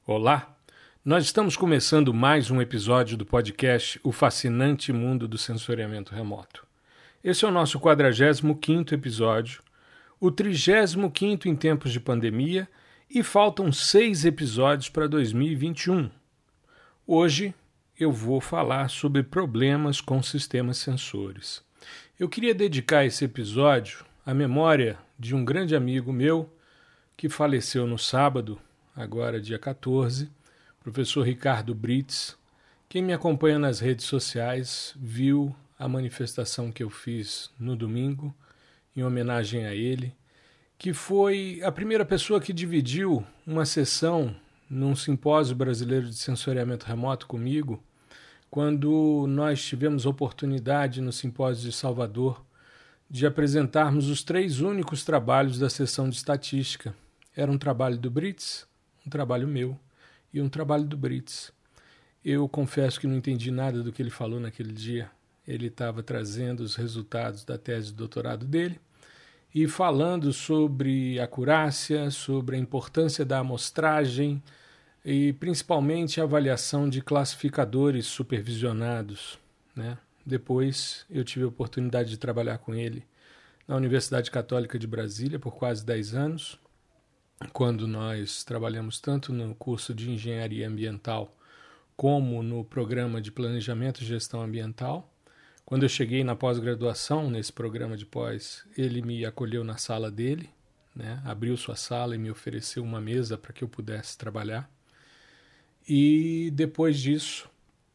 Olá, nós estamos começando mais um episódio do podcast O Fascinante Mundo do Sensoriamento Remoto. Esse é o nosso 45º episódio, o 35º em tempos de pandemia e faltam 6 episódios para 2021. Hoje eu vou falar sobre problemas com sistemas sensores. Eu queria dedicar esse episódio à memória de um grande amigo meu que faleceu no sábado, agora dia 14, professor Ricardo Brits. Quem me acompanha nas redes sociais viu a manifestação que eu fiz no domingo, em homenagem a ele, que foi a primeira pessoa que dividiu uma sessão num simpósio brasileiro de sensoriamento remoto comigo, quando nós tivemos a oportunidade no simpósio de Salvador de apresentarmos os 3 únicos trabalhos da sessão de estatística. Era um trabalho do Brits, um trabalho meu e um trabalho do Brits. Eu confesso que não entendi nada do que ele falou naquele dia. Ele estava trazendo os resultados da tese de doutorado dele e falando sobre acurácia, sobre a importância da amostragem e principalmente a avaliação de classificadores supervisionados, né? Depois eu tive a oportunidade de trabalhar com ele na Universidade Católica de Brasília por quase 10 anos, quando nós trabalhamos tanto no curso de Engenharia Ambiental como no programa de Planejamento e Gestão Ambiental. Quando eu cheguei na pós-graduação, nesse programa de pós, ele me acolheu na sala dele, né? Abriu sua sala e me ofereceu uma mesa para que eu pudesse trabalhar. E depois disso,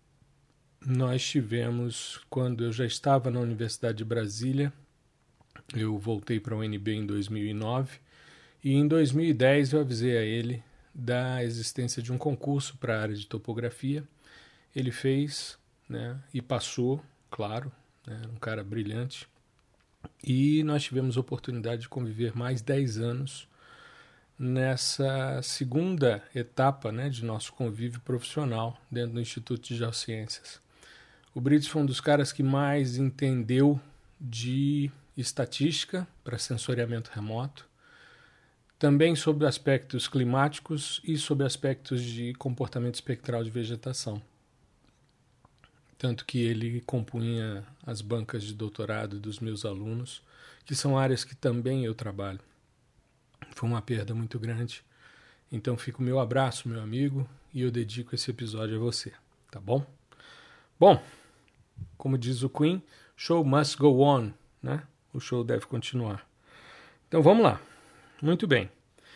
nós tivemos, quando eu já estava na Universidade de Brasília, eu voltei para a UNB em 2009, e em 2010 eu avisei a ele da existência de um concurso para a área de topografia. Ele fez, né, e passou, claro, né, um cara brilhante. E nós tivemos a oportunidade de conviver mais 10 anos nessa segunda etapa, né, de nosso convívio profissional dentro do Instituto de Geociências. O Brits foi um dos caras que mais entendeu de estatística para sensoriamento remoto, também sobre aspectos climáticos e sobre aspectos de comportamento espectral de vegetação. Tanto que ele compunha as bancas de doutorado dos meus alunos, que são áreas que também eu trabalho. Foi uma perda muito grande. Então fica o meu abraço, meu amigo, e eu dedico esse episódio a você, tá bom? Bom, como diz o Queen, show must go on, né? O show deve continuar. Então vamos lá. Muito bem.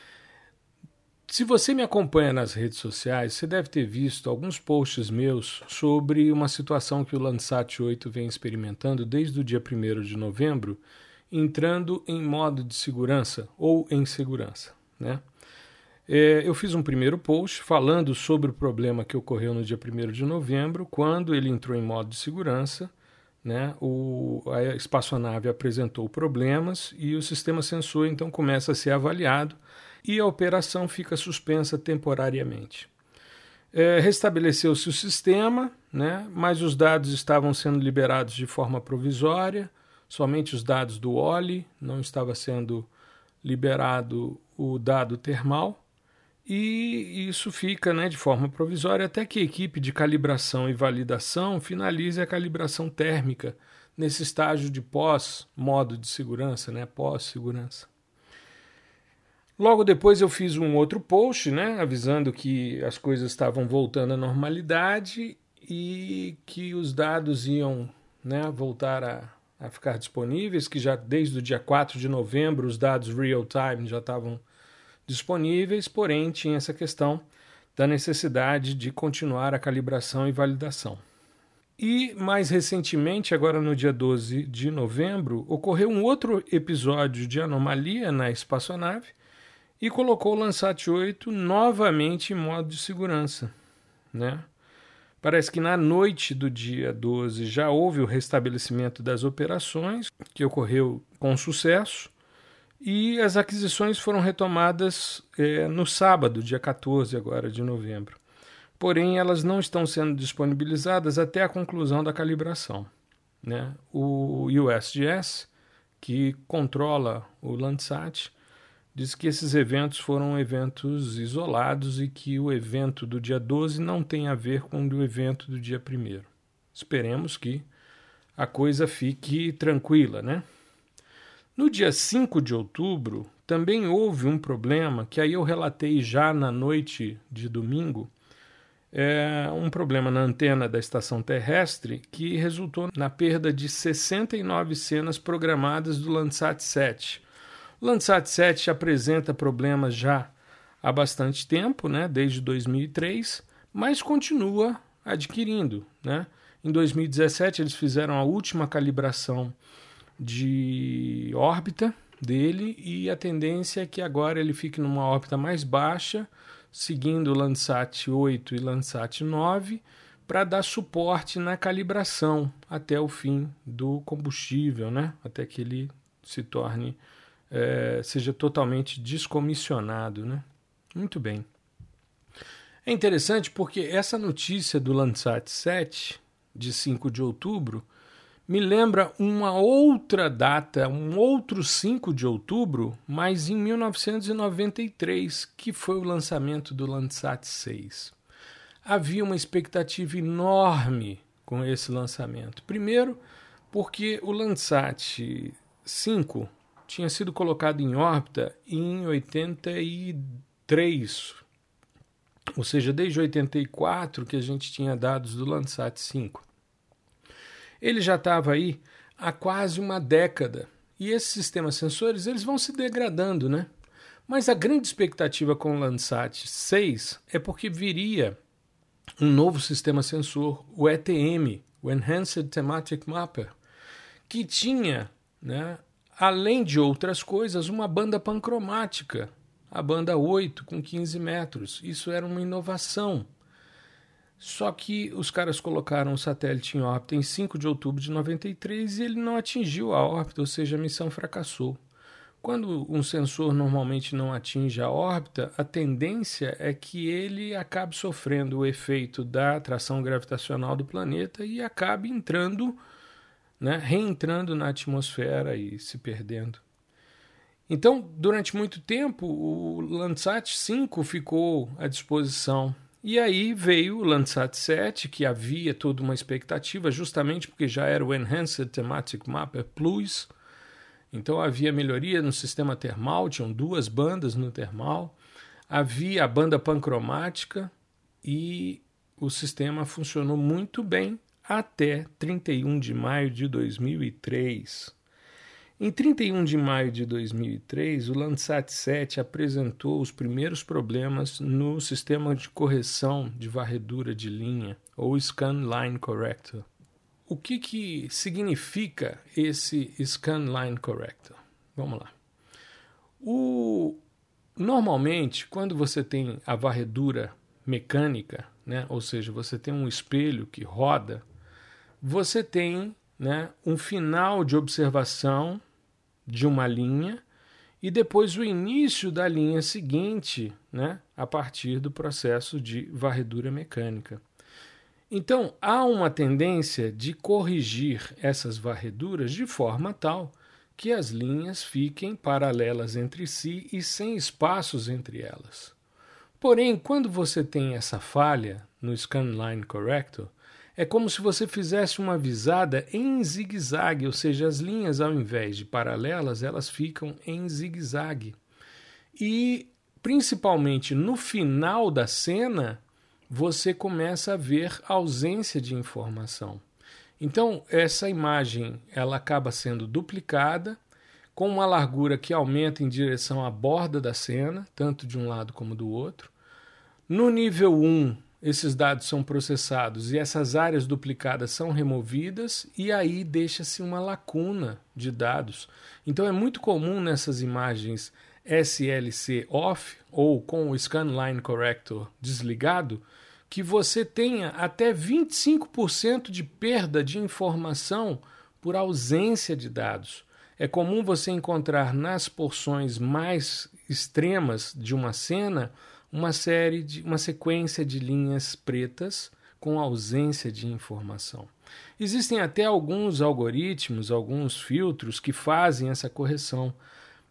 Se você me acompanha nas redes sociais, você deve ter visto alguns posts meus sobre uma situação que o Landsat 8 vem experimentando desde o dia 1º de novembro, entrando em modo de segurança ou em segurança, né? Eu fiz um primeiro post falando sobre o problema que ocorreu no dia 1º de novembro, quando ele entrou em modo de segurança, né? A espaçonave apresentou problemas e o sistema sensor então começa a ser avaliado e a operação fica suspensa temporariamente. Restabeleceu-se o sistema, né? Mas os dados estavam sendo liberados de forma provisória, somente os dados do OLI, não estava sendo liberado o dado termal, e isso fica, né, de forma provisória até que a equipe de calibração e validação finalize a calibração térmica nesse estágio de pós-modo de segurança, né, pós-segurança. Logo depois eu fiz um outro post, né, avisando que as coisas estavam voltando à normalidade e que os dados iam, né, voltar a ficar disponíveis, que já desde o dia 4 de novembro os dados real-time já estavam disponíveis, porém tinha essa questão da necessidade de continuar a calibração e validação. E mais recentemente, agora no dia 12 de novembro, ocorreu um outro episódio de anomalia na espaçonave e colocou o Landsat 8 novamente em modo de segurança, né? Parece que na noite do dia 12 já houve o restabelecimento das operações, que ocorreu com sucesso, e as aquisições foram retomadas no sábado, dia 14 agora de novembro. Porém, elas não estão sendo disponibilizadas até a conclusão da calibração, né? O USGS, que controla o Landsat, diz que esses eventos foram eventos isolados e que o evento do dia 12 não tem a ver com o evento do dia 1º. Esperemos que a coisa fique tranquila, né? No dia 5 de outubro, também houve um problema, que aí eu relatei já na noite de domingo, um problema na antena da estação terrestre que resultou na perda de 69 cenas programadas do Landsat 7. O Landsat 7 apresenta problemas já há bastante tempo, né, desde 2003, mas continua adquirindo, né? Em 2017 eles fizeram a última calibração de órbita dele e a tendência é que agora ele fique numa órbita mais baixa, seguindo o Landsat 8 e Landsat 9, para dar suporte na calibração até o fim do combustível, né? Até que ele se torne, seja totalmente descomissionado, né? Muito bem. É interessante porque essa notícia do Landsat 7, de 5 de outubro, me lembra uma outra data, um outro 5 de outubro, mas em 1993, que foi o lançamento do Landsat 6. Havia uma expectativa enorme com esse lançamento. Primeiro, porque o Landsat 5 tinha sido colocado em órbita em 83, ou seja, desde 84 que a gente tinha dados do Landsat 5. Ele já estava aí há quase uma década. E esses sistemas sensores eles vão se degradando, né? Mas a grande expectativa com o Landsat 6 é porque viria um novo sistema sensor, o ETM, o Enhanced Thematic Mapper, que tinha, né, além de outras coisas, uma banda pancromática, a banda 8 com 15 metros. Isso era uma inovação. Só que os caras colocaram o satélite em órbita em 5 de outubro de 93 e ele não atingiu a órbita, ou seja, a missão fracassou. Quando um sensor normalmente não atinge a órbita, a tendência é que ele acabe sofrendo o efeito da atração gravitacional do planeta e acabe entrando, né, reentrando na atmosfera e se perdendo. Então, durante muito tempo, o Landsat 5 ficou à disposição. E aí veio o Landsat 7, que havia toda uma expectativa, justamente porque já era o Enhanced Thematic Mapper Plus. Então havia melhoria no sistema termal, tinham 2 bandas no termal, havia a banda pancromática e o sistema funcionou muito bem até 31 de maio de 2003. Em 31 de maio de 2003, o Landsat 7 apresentou os primeiros problemas no sistema de correção de varredura de linha, ou Scan Line Corrector. O que significa esse Scan Line Corrector? Vamos lá. Normalmente, quando você tem a varredura mecânica, né, ou seja, você tem um espelho que roda, você tem, né, um final de observação de uma linha e depois o início da linha seguinte, né, a partir do processo de varredura mecânica. Então, há uma tendência de corrigir essas varreduras de forma tal que as linhas fiquem paralelas entre si e sem espaços entre elas. Porém, quando você tem essa falha no Scan Line Corrector, é como se você fizesse uma visada em zigue-zague, ou seja, as linhas, ao invés de paralelas, elas ficam em zigue-zague. E, principalmente no final da cena, você começa a ver ausência de informação. Então, essa imagem ela acaba sendo duplicada, com uma largura que aumenta em direção à borda da cena, tanto de um lado como do outro. No nível 1, esses dados são processados e essas áreas duplicadas são removidas e aí deixa-se uma lacuna de dados. Então é muito comum nessas imagens SLC off ou com o Scan Line Corrector desligado que você tenha até 25% de perda de informação por ausência de dados. É comum você encontrar nas porções mais extremas de uma cena uma sequência de linhas pretas com ausência de informação. Existem até alguns algoritmos, alguns filtros que fazem essa correção,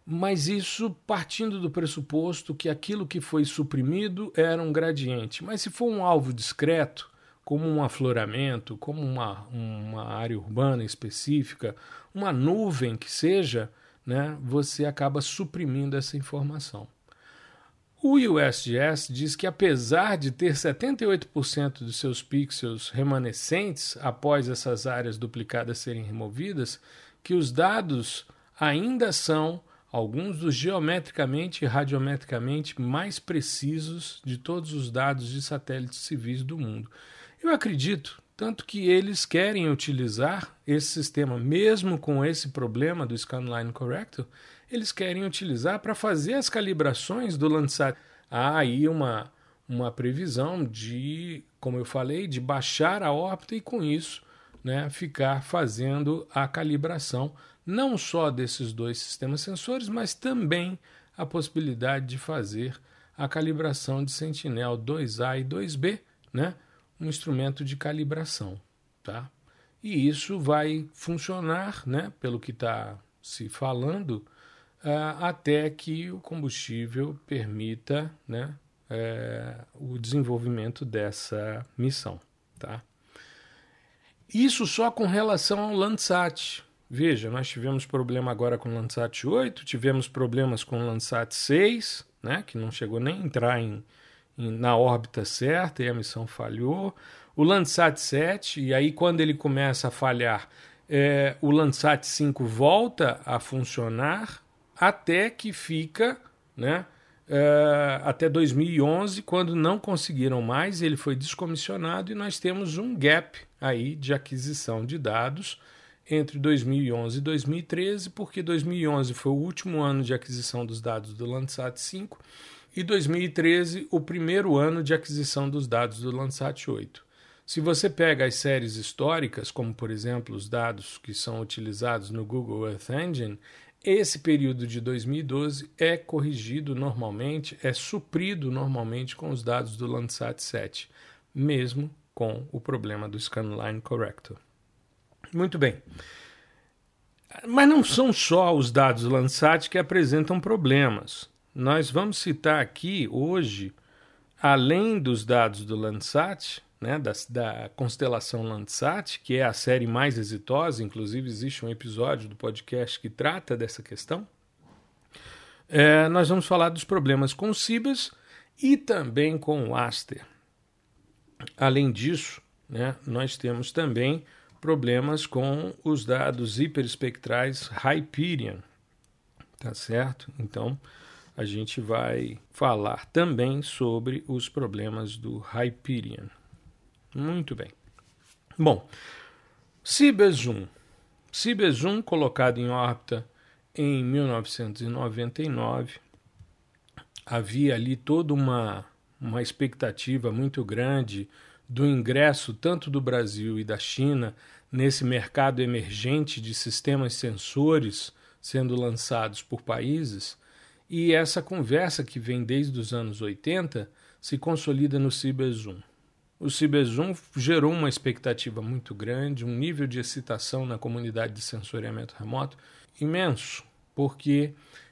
mas isso partindo do pressuposto que aquilo que foi suprimido era um gradiente. Mas se for um alvo discreto, como um afloramento, como uma área urbana específica, uma nuvem que seja, né, você acaba suprimindo essa informação. O USGS diz que apesar de ter 78% dos seus pixels remanescentes após essas áreas duplicadas serem removidas, que os dados ainda são alguns dos geometricamente e radiometricamente mais precisos de todos os dados de satélites civis do mundo. Eu acredito, tanto que eles querem utilizar esse sistema, mesmo com esse problema do Scanline Corrector, eles querem utilizar para fazer as calibrações do Landsat. Há aí uma previsão de, como eu falei, de baixar a órbita e com isso, né, ficar fazendo a calibração não só desses dois sistemas sensores, mas também a possibilidade de fazer a calibração de Sentinel-2A e 2B, né, um instrumento de calibração. Tá? E isso vai funcionar, né, pelo que está se falando, até que o combustível permita, né, o desenvolvimento dessa missão. Tá? Isso só com relação ao Landsat. Veja, nós tivemos problema agora com o Landsat 8, tivemos problemas com o Landsat 6, né, que não chegou nem a entrar na órbita certa e a missão falhou. O Landsat 7, e aí quando ele começa a falhar, o Landsat 5 volta a funcionar até que fica, né, até 2011, quando não conseguiram mais, ele foi descomissionado e nós temos um gap aí de aquisição de dados entre 2011 e 2013, porque 2011 foi o último ano de aquisição dos dados do Landsat 5 e 2013 o primeiro ano de aquisição dos dados do Landsat 8. Se você pega as séries históricas, como por exemplo os dados que são utilizados no Google Earth Engine, esse período de 2012 é corrigido normalmente, é suprido normalmente com os dados do Landsat 7, mesmo com o problema do Scanline Corrector. Muito bem. Mas não são só os dados do Landsat que apresentam problemas. Nós vamos citar aqui hoje, além dos dados do Landsat, né, da constelação Landsat, que é a série mais exitosa, inclusive existe um episódio do podcast que trata dessa questão, nós vamos falar dos problemas com o Cibers e também com o Aster. Além disso, né, nós temos também problemas com os dados hiperespectrais Hyperion, tá certo? Então, a gente vai falar também sobre os problemas do Hyperion. Muito bem. Bom, Cibers 1. Cibers 1, colocado em órbita em 1999, havia ali toda uma expectativa muito grande do ingresso tanto do Brasil e da China nesse mercado emergente de sistemas sensores sendo lançados por países, e essa conversa que vem desde os anos 80 se consolida no Cibers 1. O Cibers 1 gerou uma expectativa muito grande, um nível de excitação na comunidade de sensoriamento remoto imenso, porque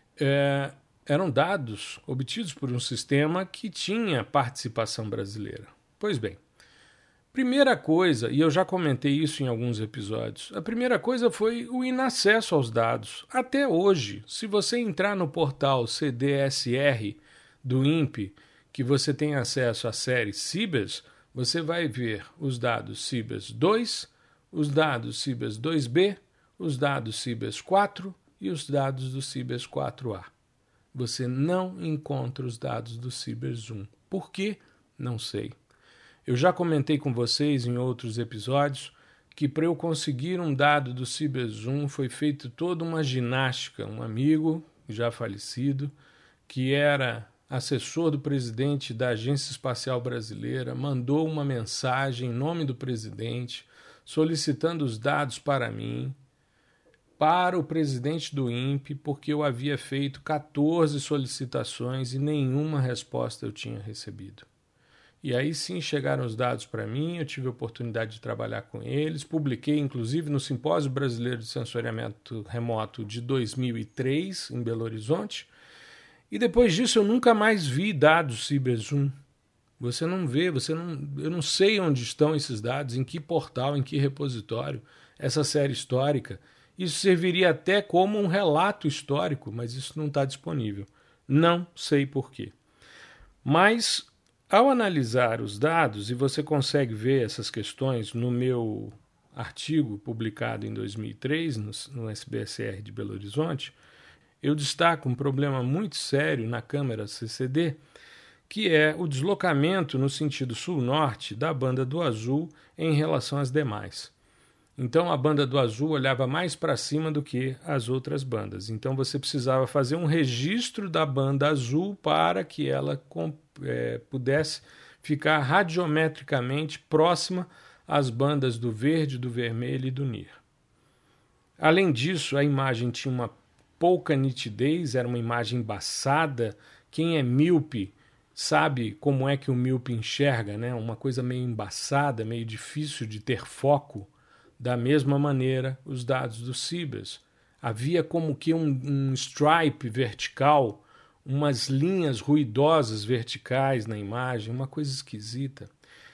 eram dados obtidos por um sistema que tinha participação brasileira. Pois bem, primeira coisa, e eu já comentei isso em alguns episódios, a primeira coisa foi o inacesso aos dados. Até hoje, se você entrar no portal CDSR do INPE, que você tem acesso à série Cibers, você vai ver os dados Cibers 2, os dados Cibers 2B, os dados Cibers 4 e os dados do Cibers 4A. Você não encontra os dados do Cibers 1. Por quê? Não sei. Eu já comentei com vocês em outros episódios que para eu conseguir um dado do Cibers 1 foi feita toda uma ginástica. Um amigo já falecido, que era assessor do presidente da Agência Espacial Brasileira, mandou uma mensagem em nome do presidente solicitando os dados para mim, para o presidente do INPE, porque eu havia feito 14 solicitações e nenhuma resposta eu tinha recebido. E aí sim chegaram os dados para mim, eu tive a oportunidade de trabalhar com eles, publiquei inclusive no Simpósio Brasileiro de Sensoriamento Remoto de 2003, em Belo Horizonte, e depois disso eu nunca mais vi dados CiberZoom. Você não vê, eu não sei onde estão esses dados, em que portal, em que repositório, essa série histórica. Isso serviria até como um relato histórico, mas isso não está disponível. Não sei por quê. Mas, ao analisar os dados, e você consegue ver essas questões no meu artigo publicado em 2003, no SBSR de Belo Horizonte, eu destaco um problema muito sério na câmera CCD, que é o deslocamento no sentido sul-norte da banda do azul em relação às demais. Então a banda do azul olhava mais para cima do que as outras bandas. Então você precisava fazer um registro da banda azul para que ela pudesse ficar radiometricamente próxima às bandas do verde, do vermelho e do NIR. Além disso, a imagem tinha uma pouca nitidez, era uma imagem embaçada. Quem é míope sabe como é que o míope enxerga, né? Uma coisa meio embaçada, meio difícil de ter foco. Da mesma maneira, os dados do Cibers. Havia como que um stripe vertical, umas linhas ruidosas verticais na imagem, uma coisa esquisita.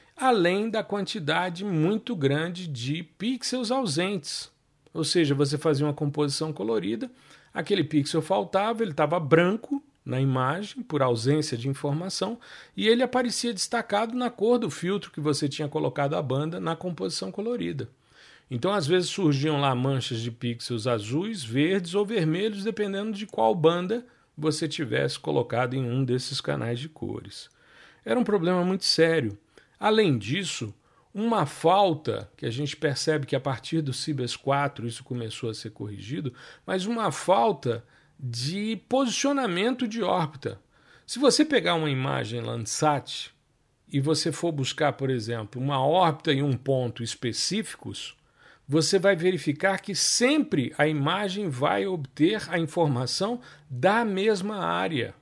Além da quantidade muito grande de pixels ausentes. Ou seja, você fazia uma composição colorida, aquele pixel faltava, ele estava branco na imagem, por ausência de informação, e ele aparecia destacado na cor do filtro que você tinha colocado a banda na composição colorida. Então, às vezes, surgiam lá manchas de pixels azuis, verdes ou vermelhos, dependendo de qual banda você tivesse colocado em um desses canais de cores. Era um problema muito sério. Além disso, uma falta, que a gente percebe que a partir do Cibers 4 isso começou a ser corrigido, mas uma falta de posicionamento de órbita. Se você pegar uma imagem Landsat e você for buscar, por exemplo, uma órbita e um ponto específicos, você vai verificar que sempre a imagem vai obter a informação da mesma área.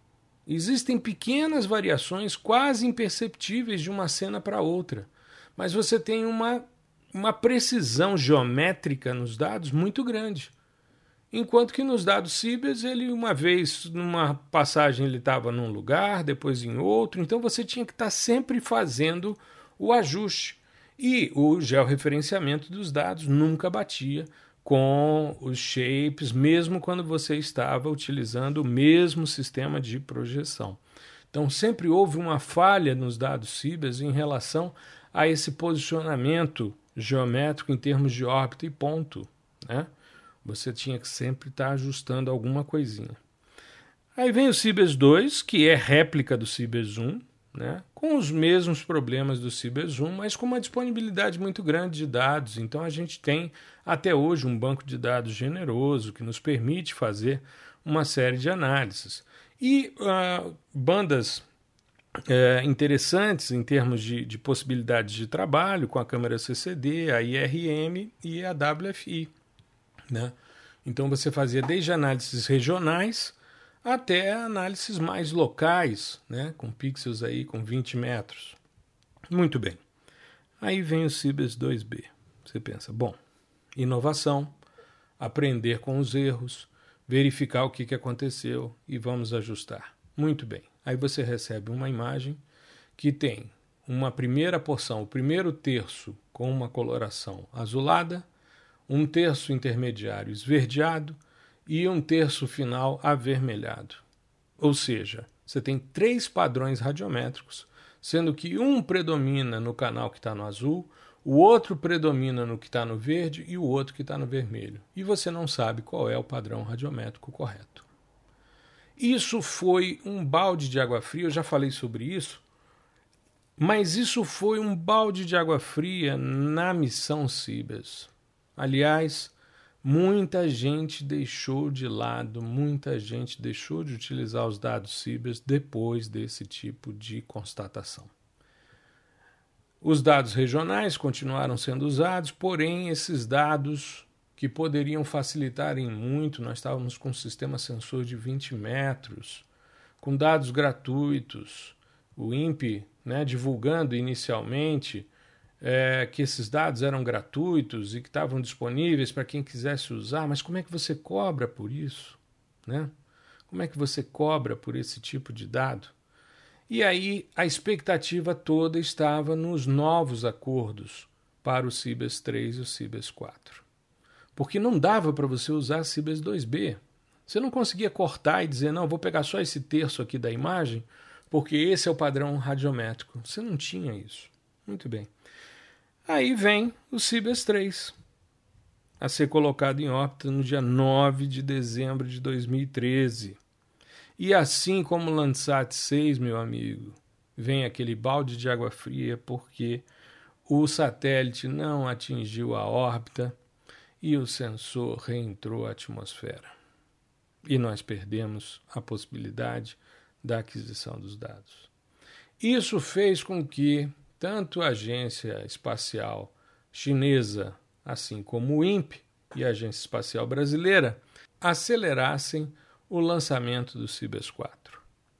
Existem pequenas variações quase imperceptíveis de uma cena para outra, mas você tem uma precisão geométrica nos dados muito grande. Enquanto que nos dados Cibers, ele uma vez, numa passagem, ele estava num lugar, depois em outro, então você tinha que estar sempre fazendo o ajuste. E o georreferenciamento dos dados nunca batia com os shapes, mesmo quando você estava utilizando o mesmo sistema de projeção. Então sempre houve uma falha nos dados Cibers em relação a esse posicionamento geométrico em termos de órbita e ponto, né? Você tinha que sempre estar ajustando alguma coisinha. Aí vem o Cibers 2, que é réplica do Cibers 1, né? Com os mesmos problemas do CiberZoom, mas com uma disponibilidade muito grande de dados. Então a gente tem até hoje um banco de dados generoso que nos permite fazer uma série de análises. E bandas interessantes em termos de possibilidades de trabalho com a câmera CCD, a IRM e a WFI, né? Então você fazia desde análises regionais até análises mais locais, né, com pixels aí com 20 metros. Muito bem. Aí vem o Cibers 2B. Você pensa, bom, inovação, aprender com os erros, verificar o que aconteceu e vamos ajustar. Muito bem. Aí você recebe uma imagem que tem uma primeira porção, o primeiro terço com uma coloração azulada, um terço intermediário esverdeado, e um terço final avermelhado. Ou seja, você tem 3 padrões radiométricos, sendo que um predomina no canal que está no azul, o outro predomina no que está no verde e o outro que está no vermelho. E você não sabe qual é o padrão radiométrico correto. Isso foi um balde de água fria, eu já falei sobre isso, mas isso foi um balde de água fria na missão Cibers. Aliás, muita gente deixou de lado, muita gente deixou de utilizar os dados Cibers depois desse tipo de constatação. Os dados regionais continuaram sendo usados, porém esses dados que poderiam facilitar em muito, nós estávamos com um sistema sensor de 20 metros, com dados gratuitos. O INPE né, divulgando inicialmente que esses dados eram gratuitos e que estavam disponíveis para quem quisesse usar, mas como é que você cobra por isso, né? Como é que você cobra por esse tipo de dado? E aí a expectativa toda estava nos novos acordos para o CIBES 3 e o CIBES 4. Porque não dava para você usar CIBES 2B. Você não conseguia cortar e dizer, não, vou pegar só esse terço aqui da imagem, porque esse é o padrão radiométrico. Você não tinha isso. Muito bem. Aí vem o CIBES 3, a ser colocado em órbita no dia 9 de dezembro de 2013. E assim como o Landsat 6, meu amigo, vem aquele balde de água fria porque o satélite não atingiu a órbita e o sensor reentrou à atmosfera. E nós perdemos a possibilidade da aquisição dos dados. Isso fez com que tanto a Agência Espacial Chinesa, assim como o INPE e a Agência Espacial Brasileira, acelerassem o lançamento do CIBES 4.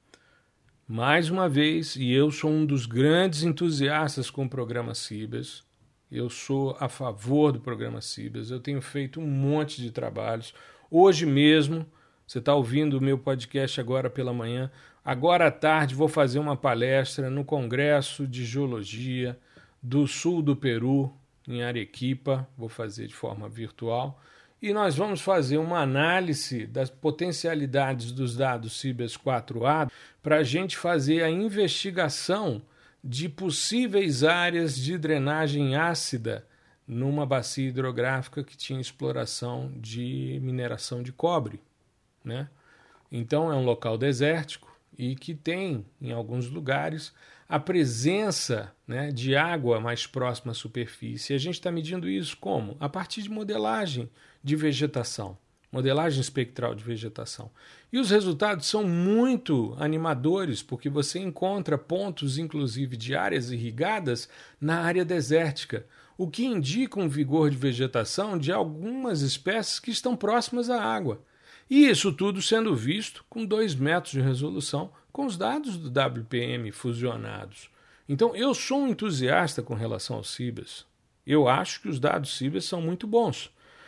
Mais uma vez, e eu sou um dos grandes entusiastas com o programa CIBES, eu sou a favor do programa CIBES, eu tenho feito um monte de trabalhos. Hoje mesmo, você está ouvindo o meu podcast agora pela manhã, agora à tarde vou fazer uma palestra no Congresso de Geologia do Sul do Peru, em Arequipa, vou fazer de forma virtual, e nós vamos fazer uma análise das potencialidades dos dados CIBES 4A para a gente fazer a investigação de possíveis áreas de drenagem ácida numa bacia hidrográfica que tinha exploração de mineração de cobre, né? Então é um local desértico e que tem, em alguns lugares, a presença, né, de água mais próxima à superfície. E a gente está medindo isso como? A partir de modelagem de vegetação, modelagem espectral de vegetação. E os resultados são muito animadores, porque você encontra pontos, inclusive, de áreas irrigadas na área desértica, o que indica um vigor de vegetação de algumas espécies que estão próximas à água. E isso tudo sendo visto com 2 metros de resolução, com os dados do WPM fusionados. Então, eu sou um entusiasta com relação ao CIBES. Eu acho que os dados CIBES são muito bons,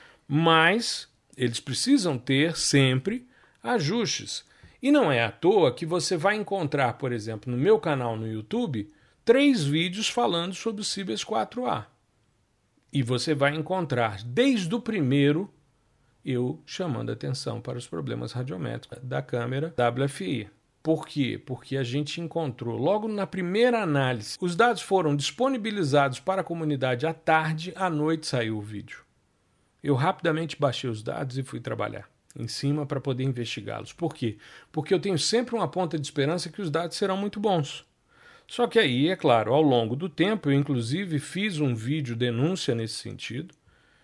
mas eles precisam ter sempre ajustes. E não é à toa que você vai encontrar, por exemplo, no meu canal no YouTube, 3 vídeos falando sobre o CIBES 4A. E você vai encontrar, desde o primeiro, eu chamando atenção para os problemas radiométricos da câmera WFI. Por quê? Porque a gente encontrou, logo na primeira análise, os dados foram disponibilizados para a comunidade à tarde, à noite saiu o vídeo. Eu rapidamente baixei os dados e fui trabalhar em cima para poder investigá-los. Por quê? Porque eu tenho sempre uma ponta de esperança que os dados serão muito bons. Só que aí, é claro, ao longo do tempo, eu inclusive fiz um vídeo denúncia nesse sentido.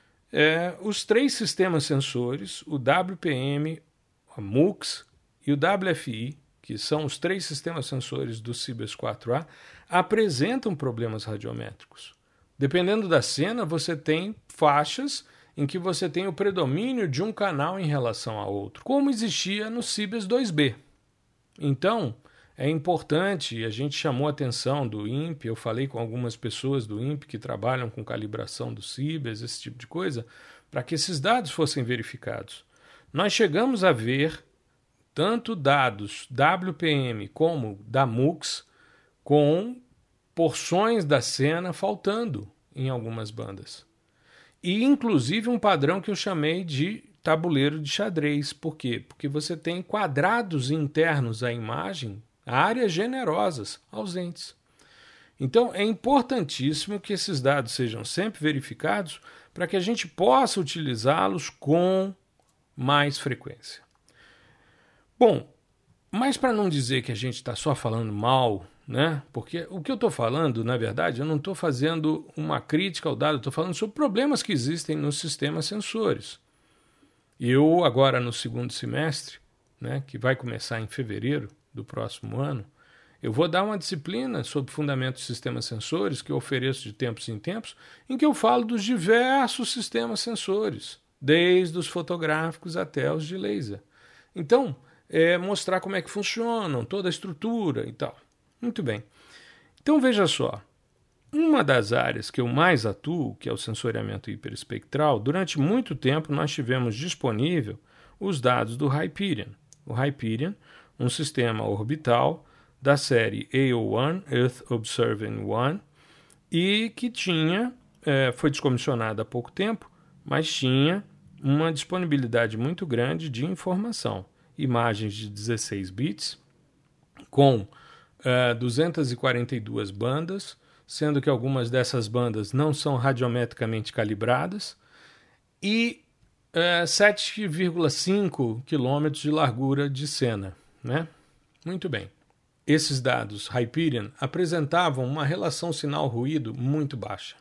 Os 3 sistemas sensores, o WPM, a MUX e o WFI, que são os 3 sistemas sensores do CIBES 4A, apresentam problemas radiométricos. Dependendo da cena, você tem faixas em que você tem o predomínio de um canal em relação a outro, como existia no CIBES 2B. Então, é importante, e a gente chamou a atenção do INPE, eu falei com algumas pessoas do INPE que trabalham com calibração do CIBES, esse tipo de coisa, para que esses dados fossem verificados. Nós chegamos a ver tanto dados WPM como da MUX com porções da cena faltando em algumas bandas. E inclusive um padrão que eu chamei de tabuleiro de xadrez. Por quê? Porque você tem quadrados internos à imagem, áreas generosas, ausentes. Então é importantíssimo que esses dados sejam sempre verificados para que a gente possa utilizá-los com mais frequência. Bom, mas para não dizer que a gente está só falando mal, né? Porque o que eu estou falando, na verdade, eu não estou fazendo uma crítica ao dado, eu estou falando sobre problemas que existem nos sistemas sensores. Eu, agora no segundo semestre, né, que vai começar em fevereiro do próximo ano, eu vou dar uma disciplina sobre fundamentos de sistemas sensores que eu ofereço de tempos em tempos, em que eu falo dos diversos sistemas sensores, desde os fotográficos até os de laser. Então, mostrar como é que funcionam, toda a estrutura e tal. Muito bem. Então veja só, uma das áreas que eu mais atuo, que é o sensoriamento hiperespectral, durante muito tempo nós tivemos disponível os dados do Hyperion. O Hyperion, um sistema orbital da série AO1, Earth Observing 1, e que foi descomissionado há pouco tempo, mas tinha uma disponibilidade muito grande de informação. Imagens de 16 bits, com 242 bandas, sendo que algumas dessas bandas não são radiometricamente calibradas, e 7,5 quilômetros de largura de cena, né? Muito bem. Esses dados Hyperion apresentavam uma relação sinal-ruído muito baixa.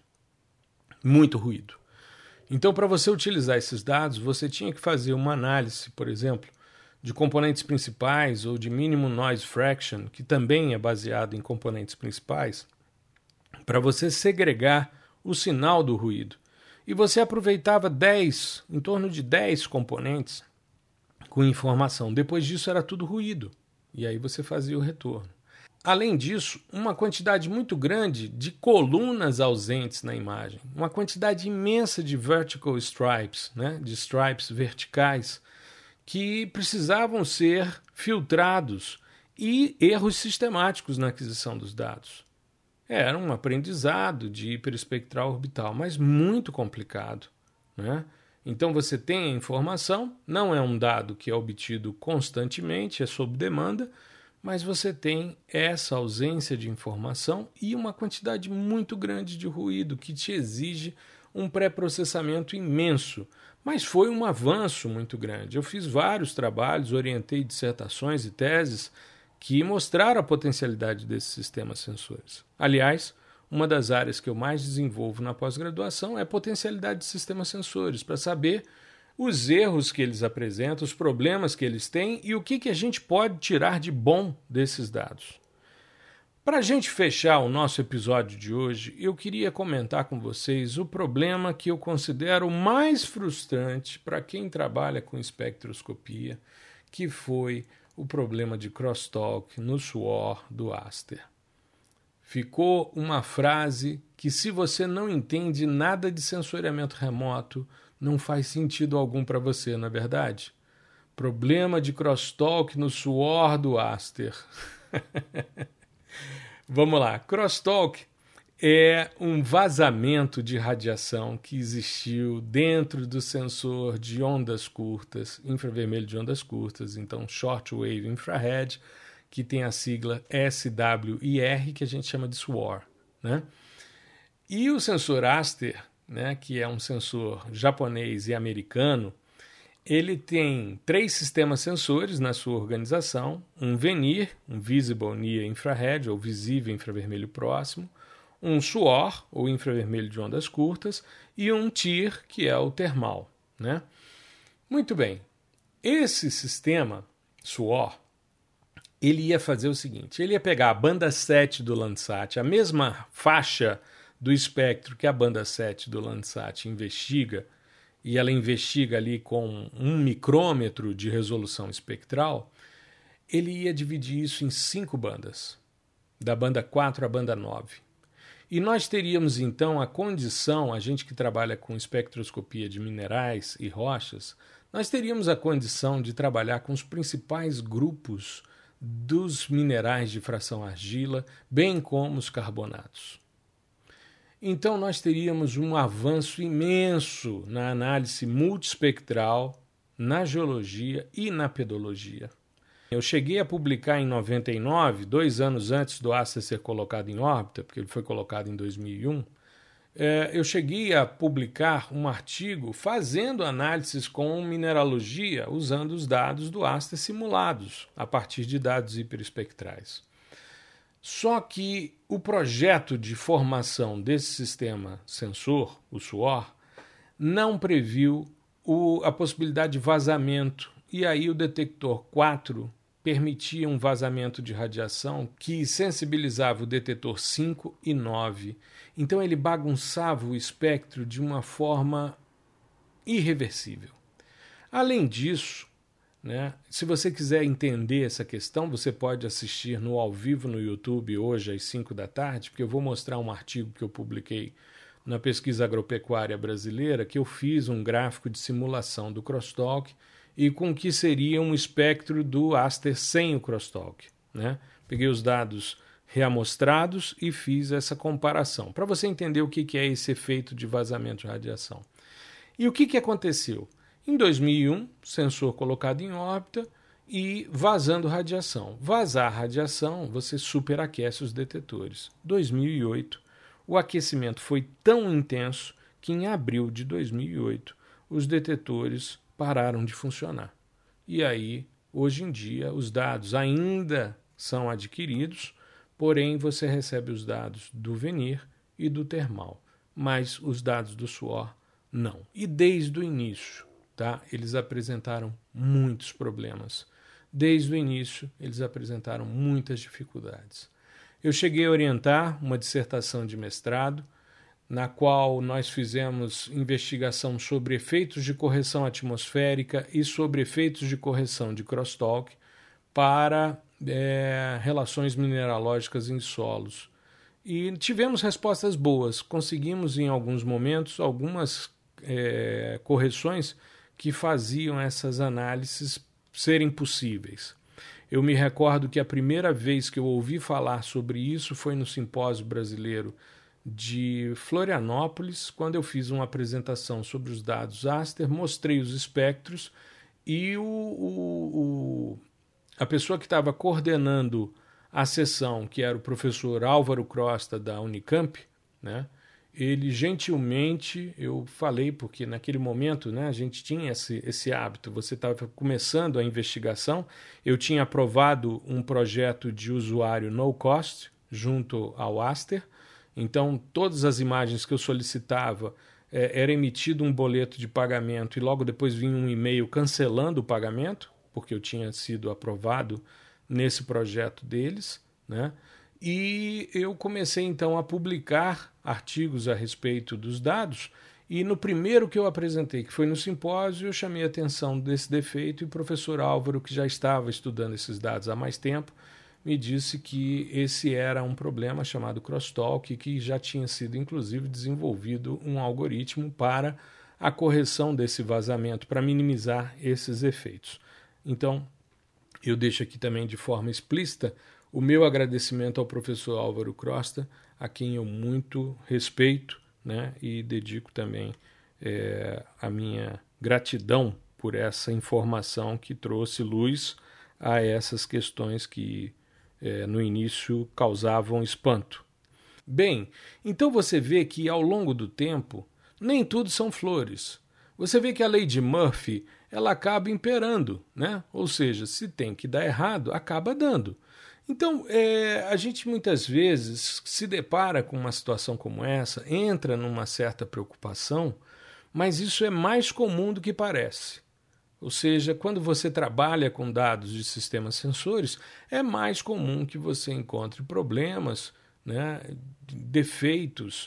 Muito ruído. Então, para você utilizar esses dados, você tinha que fazer uma análise, por exemplo, de componentes principais ou de minimum noise fraction, que também é baseado em componentes principais, para você segregar o sinal do ruído. E você aproveitava em torno de 10 componentes com informação. Depois disso era tudo ruído. E aí você fazia o retorno. Além disso, uma quantidade muito grande de colunas ausentes na imagem. Uma quantidade imensa de vertical stripes, né? De stripes verticais, que precisavam ser filtrados, e erros sistemáticos na aquisição dos dados. Era um aprendizado de hiperespectral orbital, mas muito complicado, né? Então você tem a informação, não é um dado que é obtido constantemente, é sob demanda, mas você tem essa ausência de informação e uma quantidade muito grande de ruído que te exige um pré-processamento imenso. Mas foi um avanço muito grande. Eu fiz vários trabalhos, orientei dissertações e teses que mostraram a potencialidade desses sistemas sensores. Aliás, uma das áreas que eu mais desenvolvo na pós-graduação é a potencialidade de sistemas sensores, para saber os erros que eles apresentam, os problemas que eles têm e o que a gente pode tirar de bom desses dados. Para a gente fechar o nosso episódio de hoje, eu queria comentar com vocês o problema que eu considero mais frustrante para quem trabalha com espectroscopia, que foi o problema de crosstalk no suor do Aster. Ficou uma frase que, se você não entende nada de sensoriamento remoto, não faz sentido algum para você, não é verdade? Problema de crosstalk no suor do Aster. Vamos lá. Crosstalk é um vazamento de radiação que existiu dentro do sensor de ondas curtas, infravermelho de ondas curtas, então Short Wave Infrared, que tem a sigla SWIR, que a gente chama de SWOR, né? E o sensor Aster, né, que é um sensor japonês e americano, ele tem 3 sistemas sensores na sua organização, um VNIR, um Visible Near Infrared, ou visível infravermelho próximo, um SWOR, ou infravermelho de ondas curtas, e um TIR, que é o termal, né? Muito bem, esse sistema SWOR, ele ia fazer o seguinte, ele ia pegar a banda 7 do Landsat, a mesma faixa do espectro que a banda 7 do Landsat investiga, e ela investiga ali com 1 micrômetro de resolução espectral, ele ia dividir isso em 5 bandas, da banda 4 à banda 9. E nós teríamos então a condição, a gente que trabalha com espectroscopia de minerais e rochas, nós teríamos a condição de trabalhar com os principais grupos dos minerais de fração argila, bem como os carbonatos. Então nós teríamos um avanço imenso na análise multiespectral, na geologia e na pedologia. Eu cheguei a publicar em 99, 2 anos antes do Aster ser colocado em órbita, porque ele foi colocado em 2001, eu cheguei a publicar um artigo fazendo análises com mineralogia, usando os dados do Aster simulados, a partir de dados hiperespectrais. Só que o projeto de formação desse sistema sensor, o SWOR, não previu a possibilidade de vazamento, e aí o detector 4 permitia um vazamento de radiação que sensibilizava o detetor 5 e 9. Então ele bagunçava o espectro de uma forma irreversível. Além disso, né? Se você quiser entender essa questão, você pode assistir no ao vivo no YouTube hoje às 5 da tarde, porque eu vou mostrar um artigo que eu publiquei na Pesquisa Agropecuária Brasileira, que eu fiz um gráfico de simulação do crosstalk e com o que seria um espectro do Aster sem o crosstalk, né? Peguei os dados reamostrados e fiz essa comparação, para você entender o que é esse efeito de vazamento de radiação. E o que aconteceu? Em 2001, sensor colocado em órbita e vazando radiação. Vazar radiação, você superaquece os detetores. 2008, o aquecimento foi tão intenso que em abril de 2008 os detetores pararam de funcionar. E aí, hoje em dia, os dados ainda são adquiridos, porém você recebe os dados do Venir e do termal, mas os dados do suor não. E desde o início, tá, eles apresentaram muitos problemas. Desde o início, eles apresentaram muitas dificuldades. Eu cheguei a orientar uma dissertação de mestrado, na qual nós fizemos investigação sobre efeitos de correção atmosférica e sobre efeitos de correção de crosstalk para relações mineralógicas em solos. E tivemos respostas boas, conseguimos em alguns momentos algumas correções que faziam essas análises serem possíveis. Eu me recordo que a primeira vez que eu ouvi falar sobre isso foi no Simpósio Brasileiro de Florianópolis, quando eu fiz uma apresentação sobre os dados Aster, mostrei os espectros e a pessoa que estava coordenando a sessão, que era o professor Álvaro Crosta, da Unicamp, né, ele gentilmente, eu falei, porque naquele momento, né, a gente tinha esse hábito, você estava começando a investigação, eu tinha aprovado um projeto de usuário no cost junto ao Aster, então todas as imagens que eu solicitava era emitido um boleto de pagamento e logo depois vinha um e-mail cancelando o pagamento, porque eu tinha sido aprovado nesse projeto deles, né? E eu comecei então a publicar artigos a respeito dos dados e no primeiro que eu apresentei, que foi no simpósio, eu chamei a atenção desse defeito e o professor Álvaro, que já estava estudando esses dados há mais tempo, me disse que esse era um problema chamado crosstalk e que já tinha sido inclusive desenvolvido um algoritmo para a correção desse vazamento, para minimizar esses efeitos. Então, eu deixo aqui também de forma explícita o meu agradecimento ao professor Álvaro Crosta, a quem eu muito respeito, né, e dedico também a minha gratidão por essa informação que trouxe luz a essas questões que no início causavam espanto. Bem, então você vê que ao longo do tempo nem tudo são flores. Você vê que a lei de Murphy ela acaba imperando, né? Ou seja, se tem que dar errado, acaba dando. Então, a gente muitas vezes se depara com uma situação como essa, entra numa certa preocupação, mas isso é mais comum do que parece. Ou seja, quando você trabalha com dados de sistemas sensores, é mais comum que você encontre problemas, né, defeitos,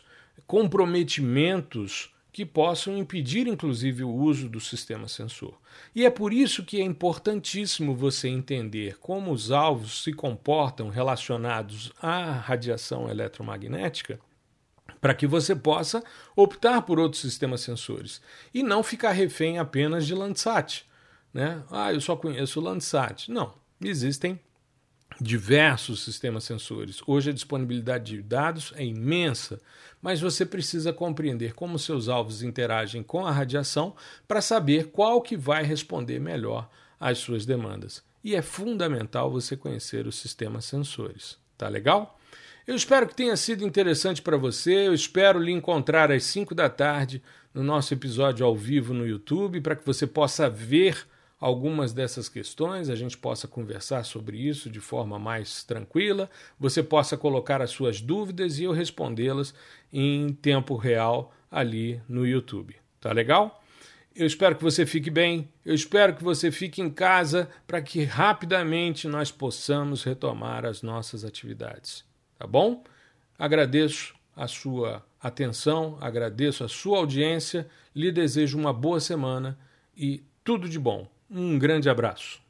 comprometimentos que possam impedir, inclusive, o uso do sistema sensor. E é por isso que é importantíssimo você entender como os alvos se comportam relacionados à radiação eletromagnética, para que você possa optar por outros sistemas sensores e não ficar refém apenas de Landsat, né? Eu só conheço o Landsat. Não, existem diversos sistemas sensores. Hoje a disponibilidade de dados é imensa, mas você precisa compreender como seus alvos interagem com a radiação para saber qual que vai responder melhor às suas demandas. E é fundamental você conhecer os sistemas sensores. Tá legal? Eu espero que tenha sido interessante para você. Eu espero lhe encontrar às 5 da tarde no nosso episódio ao vivo no YouTube para que você possa ver algumas dessas questões, a gente possa conversar sobre isso de forma mais tranquila, você possa colocar as suas dúvidas e eu respondê-las em tempo real ali no YouTube. Tá legal? Eu espero que você fique bem, eu espero que você fique em casa para que rapidamente nós possamos retomar as nossas atividades. Tá bom? Agradeço a sua atenção, agradeço a sua audiência, lhe desejo uma boa semana e tudo de bom. Um grande abraço.